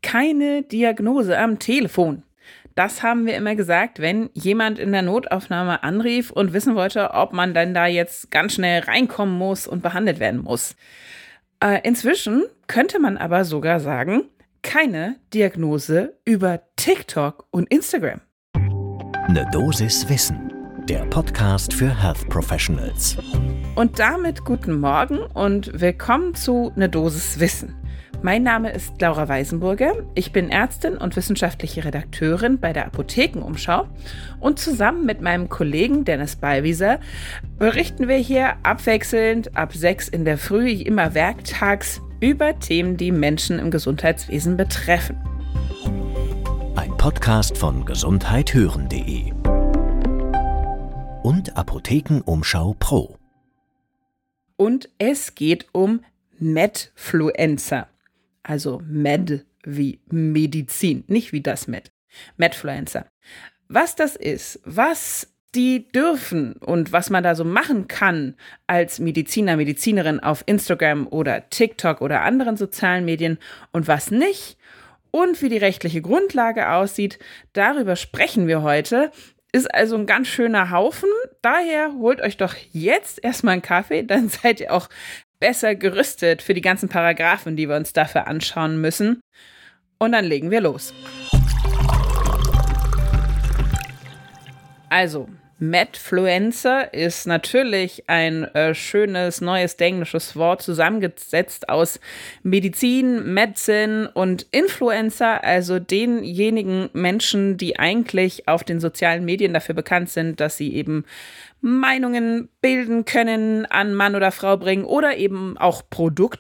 keine Diagnose am Telefon. Das haben wir immer gesagt, wenn jemand in der Notaufnahme anrief und wissen wollte, ob man dann da jetzt ganz schnell reinkommen muss und behandelt werden muss. Inzwischen könnte man aber sogar sagen, keine Diagnose über TikTok und Instagram. Eine Dosis Wissen, der Podcast für Health Professionals. Und damit guten Morgen und willkommen zu Eine Dosis Wissen. Mein Name ist Laura Weisenburger, ich bin Ärztin und wissenschaftliche Redakteurin bei der Apothekenumschau und zusammen mit meinem Kollegen Dennis Ballwieser berichten wir hier abwechselnd ab 6 in der Früh, immer werktags, über Themen, die Menschen im Gesundheitswesen betreffen. Ein Podcast von gesundheithören.de und Apothekenumschau Pro. Und es geht um Medfluenza. Also Med wie Medizin, nicht wie das Med. Medfluenza. Was das ist, was die dürfen und was man da so machen kann als Mediziner, Medizinerin auf Instagram oder TikTok oder anderen sozialen Medien und was nicht und wie die rechtliche Grundlage aussieht, darüber sprechen wir heute. Ist also ein ganz schöner Haufen. Daher holt euch doch jetzt erstmal einen Kaffee, dann seid ihr auch besser gerüstet für die ganzen Paragraphen, die wir uns dafür anschauen müssen. Und dann legen wir los. Also, Medfluenza ist natürlich ein schönes neues englisches Wort, zusammengesetzt aus Medizin, Medicine und Influencer, also denjenigen Menschen, die eigentlich auf den sozialen Medien dafür bekannt sind, dass sie eben Meinungen bilden können, an Mann oder Frau bringen oder eben auch Produkte.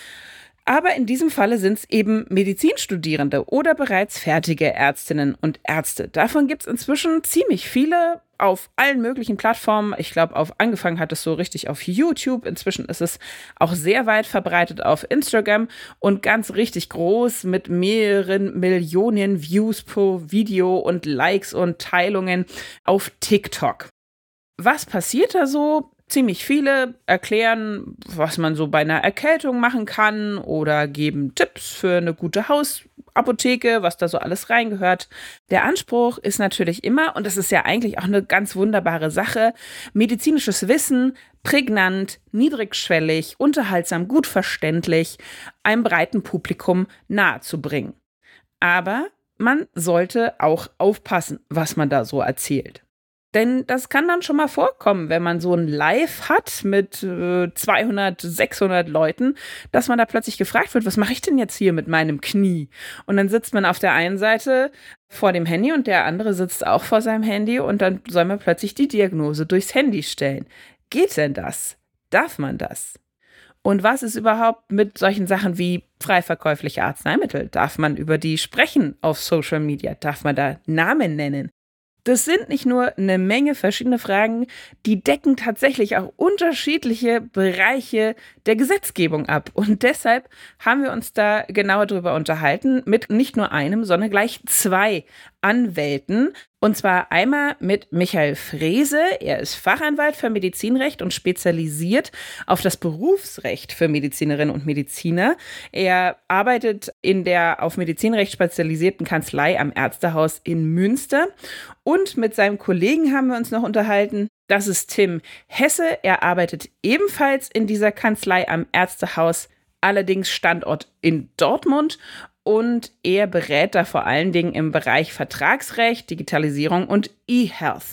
Aber in diesem Falle sind es eben Medizinstudierende oder bereits fertige Ärztinnen und Ärzte. Davon gibt es inzwischen ziemlich viele auf allen möglichen Plattformen. Ich glaube, angefangen hat es so richtig auf YouTube. Inzwischen ist es auch sehr weit verbreitet auf Instagram und ganz richtig groß mit mehreren Millionen Views pro Video und Likes und Teilungen auf TikTok. Was passiert da so? Ziemlich viele erklären, was man so bei einer Erkältung machen kann oder geben Tipps für eine gute Hausapotheke, was da so alles reingehört. Der Anspruch ist natürlich immer, und das ist ja eigentlich auch eine ganz wunderbare Sache, medizinisches Wissen prägnant, niedrigschwellig, unterhaltsam, gut verständlich, einem breiten Publikum nahezubringen. Aber man sollte auch aufpassen, was man da so erzählt. Denn das kann dann schon mal vorkommen, wenn man so ein Live hat mit 200, 600 Leuten, dass man da plötzlich gefragt wird, was mache ich denn jetzt hier mit meinem Knie? Und dann sitzt man auf der einen Seite vor dem Handy und der andere sitzt auch vor seinem Handy und dann soll man plötzlich die Diagnose durchs Handy stellen. Geht denn das? Darf man das? Und was ist überhaupt mit solchen Sachen wie frei verkäufliche Arzneimittel? Darf man über die sprechen auf Social Media? Darf man da Namen nennen? Das sind nicht nur eine Menge verschiedene Fragen, die decken tatsächlich auch unterschiedliche Bereiche der Gesetzgebung ab. Und deshalb haben wir uns da genauer drüber unterhalten mit nicht nur einem, sondern gleich 2 Anwälten. Und zwar einmal mit Michael Frese. Er ist Fachanwalt für Medizinrecht und spezialisiert auf das Berufsrecht für Medizinerinnen und Mediziner. Er arbeitet in der auf Medizinrecht spezialisierten Kanzlei am Ärztehaus in Münster. Und mit seinem Kollegen haben wir uns noch unterhalten. Das ist Tim Hesse. Er arbeitet ebenfalls in dieser Kanzlei am Ärztehaus, allerdings Standort in Dortmund. Und er berät da vor allen Dingen im Bereich Vertragsrecht, Digitalisierung und E-Health.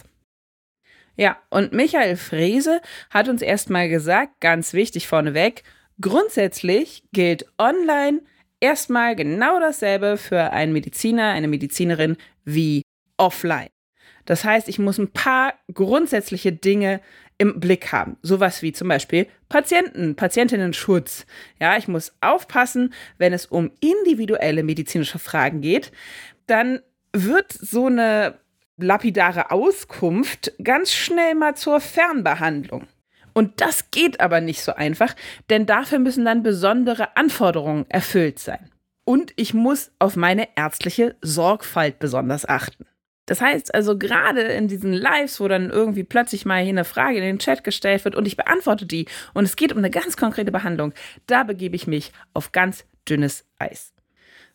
Ja, und Michael Frese hat uns erstmal gesagt, ganz wichtig vorneweg, grundsätzlich gilt online erstmal genau dasselbe für einen Mediziner, eine Medizinerin wie offline. Das heißt, ich muss ein paar grundsätzliche Dinge im Blick haben. Sowas wie zum Beispiel Patientinnenschutz. Ja, ich muss aufpassen, wenn es um individuelle medizinische Fragen geht, dann wird so eine lapidare Auskunft ganz schnell mal zur Fernbehandlung. Und das geht aber nicht so einfach, denn dafür müssen dann besondere Anforderungen erfüllt sein. Und ich muss auf meine ärztliche Sorgfalt besonders achten. Das heißt also, gerade in diesen Lives, wo dann irgendwie plötzlich mal hier eine Frage in den Chat gestellt wird und ich beantworte die und es geht um eine ganz konkrete Behandlung, da begebe ich mich auf ganz dünnes Eis.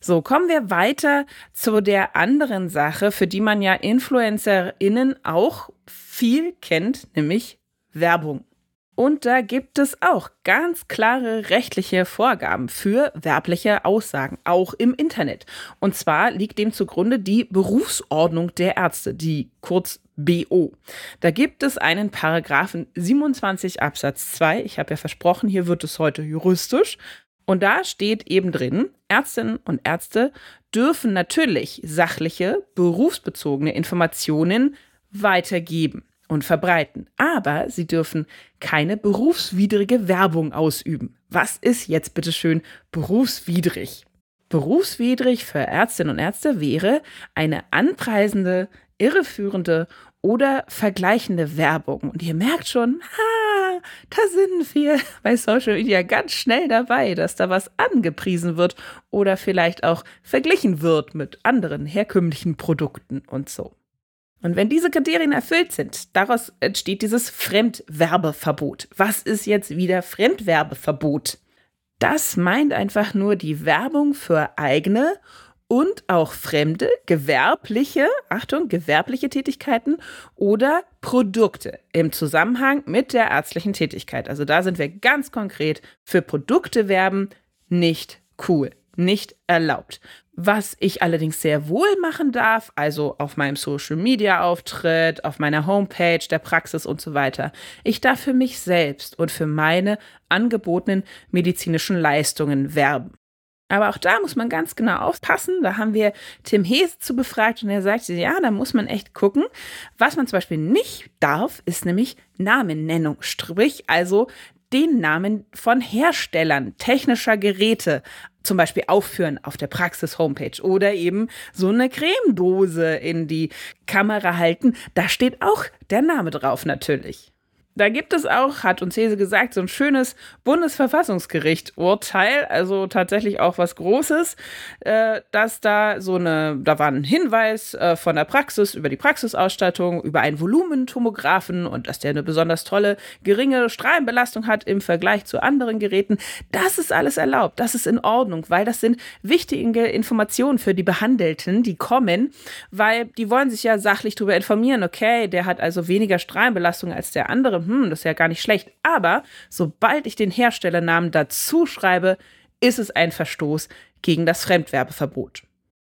So, kommen wir weiter zu der anderen Sache, für die man ja InfluencerInnen auch viel kennt, nämlich Werbung. Und da gibt es auch ganz klare rechtliche Vorgaben für werbliche Aussagen, auch im Internet. Und zwar liegt dem zugrunde die Berufsordnung der Ärzte, die kurz BO. Da gibt es einen Paragraphen 27 Absatz 2. Ich habe ja versprochen, hier wird es heute juristisch. Und da steht eben drin, Ärztinnen und Ärzte dürfen natürlich sachliche, berufsbezogene Informationen weitergeben und verbreiten. Aber sie dürfen keine berufswidrige Werbung ausüben. Was ist jetzt bitteschön berufswidrig? Berufswidrig für Ärztinnen und Ärzte wäre eine anpreisende, irreführende oder vergleichende Werbung. Und ihr merkt schon, da sind wir bei Social Media ganz schnell dabei, dass da was angepriesen wird oder vielleicht auch verglichen wird mit anderen herkömmlichen Produkten und so. Und wenn diese Kriterien erfüllt sind, daraus entsteht dieses Fremdwerbeverbot. Was ist jetzt wieder Fremdwerbeverbot? Das meint einfach nur die Werbung für eigene und auch fremde, gewerbliche Tätigkeiten oder Produkte im Zusammenhang mit der ärztlichen Tätigkeit. Also da sind wir ganz konkret für Produkte werben, nicht cool, nicht erlaubt. Was ich allerdings sehr wohl machen darf, also auf meinem Social-Media-Auftritt, auf meiner Homepage, der Praxis und so weiter, ich darf für mich selbst und für meine angebotenen medizinischen Leistungen werben. Aber auch da muss man ganz genau aufpassen. Da haben wir Tim Heese zu befragt und er sagte, ja, da muss man echt gucken. Was man zum Beispiel nicht darf, ist nämlich Namennennung, sprich also den Namen von Herstellern technischer Geräte zum Beispiel aufführen auf der Praxis-Homepage oder eben so eine Cremedose in die Kamera halten. Da steht auch der Name drauf natürlich. Da gibt es auch, hat uns Heese gesagt, so ein schönes Bundesverfassungsgericht-Urteil, also tatsächlich auch was Großes, dass da war ein Hinweis von der Praxis über die Praxisausstattung, über einen Volumentomographen und dass der eine besonders tolle, geringe Strahlenbelastung hat im Vergleich zu anderen Geräten. Das ist alles erlaubt, das ist in Ordnung, weil das sind wichtige Informationen für die Behandelten, die kommen, weil die wollen sich ja sachlich darüber informieren, okay, der hat also weniger Strahlenbelastung als der andere, das ist ja gar nicht schlecht. Aber sobald ich den Herstellernamen dazu schreibe, ist es ein Verstoß gegen das Fremdwerbeverbot.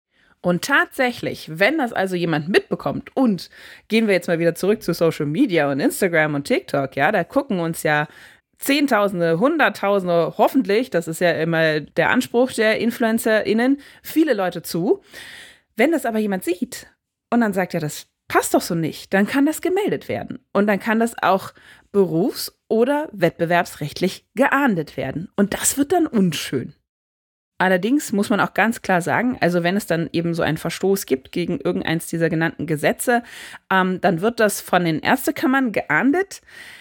Und tatsächlich, wenn das also jemand mitbekommt, und gehen wir jetzt mal wieder zurück zu Social Media und Instagram und TikTok, ja, da gucken uns ja Zehntausende, Hunderttausende, hoffentlich, das ist ja immer der Anspruch der InfluencerInnen, viele Leute zu. Wenn das aber jemand sieht und dann sagt, ja, das passt doch so nicht, dann kann das gemeldet werden. Und dann kann das auch berufs- oder wettbewerbsrechtlich geahndet werden. Und das wird dann unschön. Allerdings muss man auch ganz klar sagen, also wenn es dann eben so einen Verstoß gibt gegen irgendeins dieser genannten Gesetze, dann wird das von den Ärztekammern geahndet.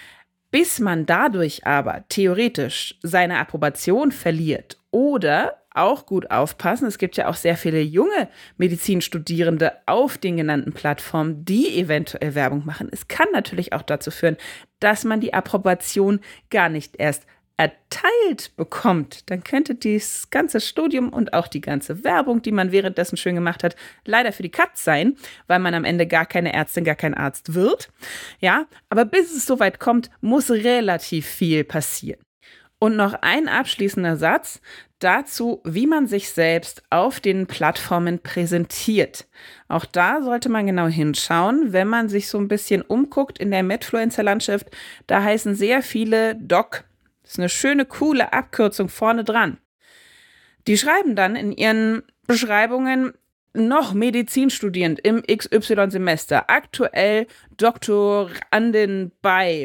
Bis man dadurch aber theoretisch seine Approbation verliert oder auch gut aufpassen, es gibt ja auch sehr viele junge Medizinstudierende auf den genannten Plattformen, die eventuell Werbung machen. Es kann natürlich auch dazu führen, dass man die Approbation gar nicht erst erteilt bekommt. Dann könnte das ganze Studium und auch die ganze Werbung, die man währenddessen schön gemacht hat, leider für die Katz sein, weil man am Ende gar keine Ärztin, gar kein Arzt wird. Ja, aber bis es soweit kommt, muss relativ viel passieren. Und noch ein abschließender Satz dazu, wie man sich selbst auf den Plattformen präsentiert. Auch da sollte man genau hinschauen, wenn man sich so ein bisschen umguckt in der Medfluencer-Landschaft. Da heißen sehr viele Doc. Das ist eine schöne, coole Abkürzung vorne dran. Die schreiben dann in ihren Beschreibungen noch Medizinstudierend im XY-Semester, aktuell Doktorandin bei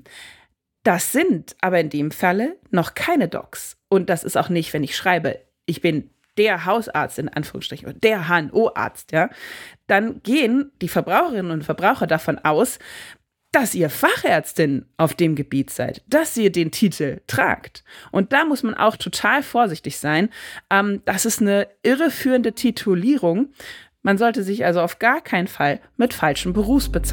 Das sind aber in dem Falle noch keine Docs. Und das ist auch nicht, wenn ich schreibe, ich bin der Hausarzt in Anführungsstrichen oder der HNO-Arzt, ja. Dann gehen die Verbraucherinnen und Verbraucher davon aus, dass ihr Fachärztin auf dem Gebiet seid, dass ihr den Titel tragt. Und da muss man auch total vorsichtig sein. Das ist eine irreführende Titulierung. Man sollte sich also auf gar keinen Fall mit falschen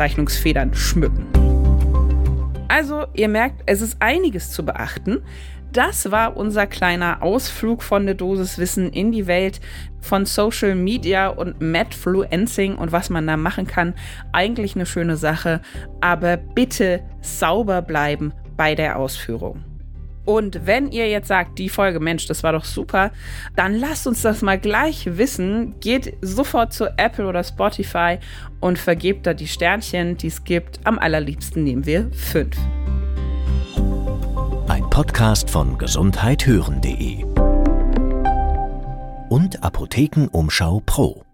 Berufsbezeichnungsfedern schmücken. Also, ihr merkt, es ist einiges zu beachten. Das war unser kleiner Ausflug von der Dosis Wissen in die Welt von Social Media und Madfluencing und was man da machen kann. Eigentlich eine schöne Sache, aber bitte sauber bleiben bei der Ausführung. Und wenn ihr jetzt sagt, die Folge, Mensch, das war doch super, dann lasst uns das mal gleich wissen. Geht sofort zu Apple oder Spotify und vergebt da die Sternchen, die es gibt. Am allerliebsten nehmen wir 5. Ein Podcast von gesundheithören.de und Apothekenumschau Pro.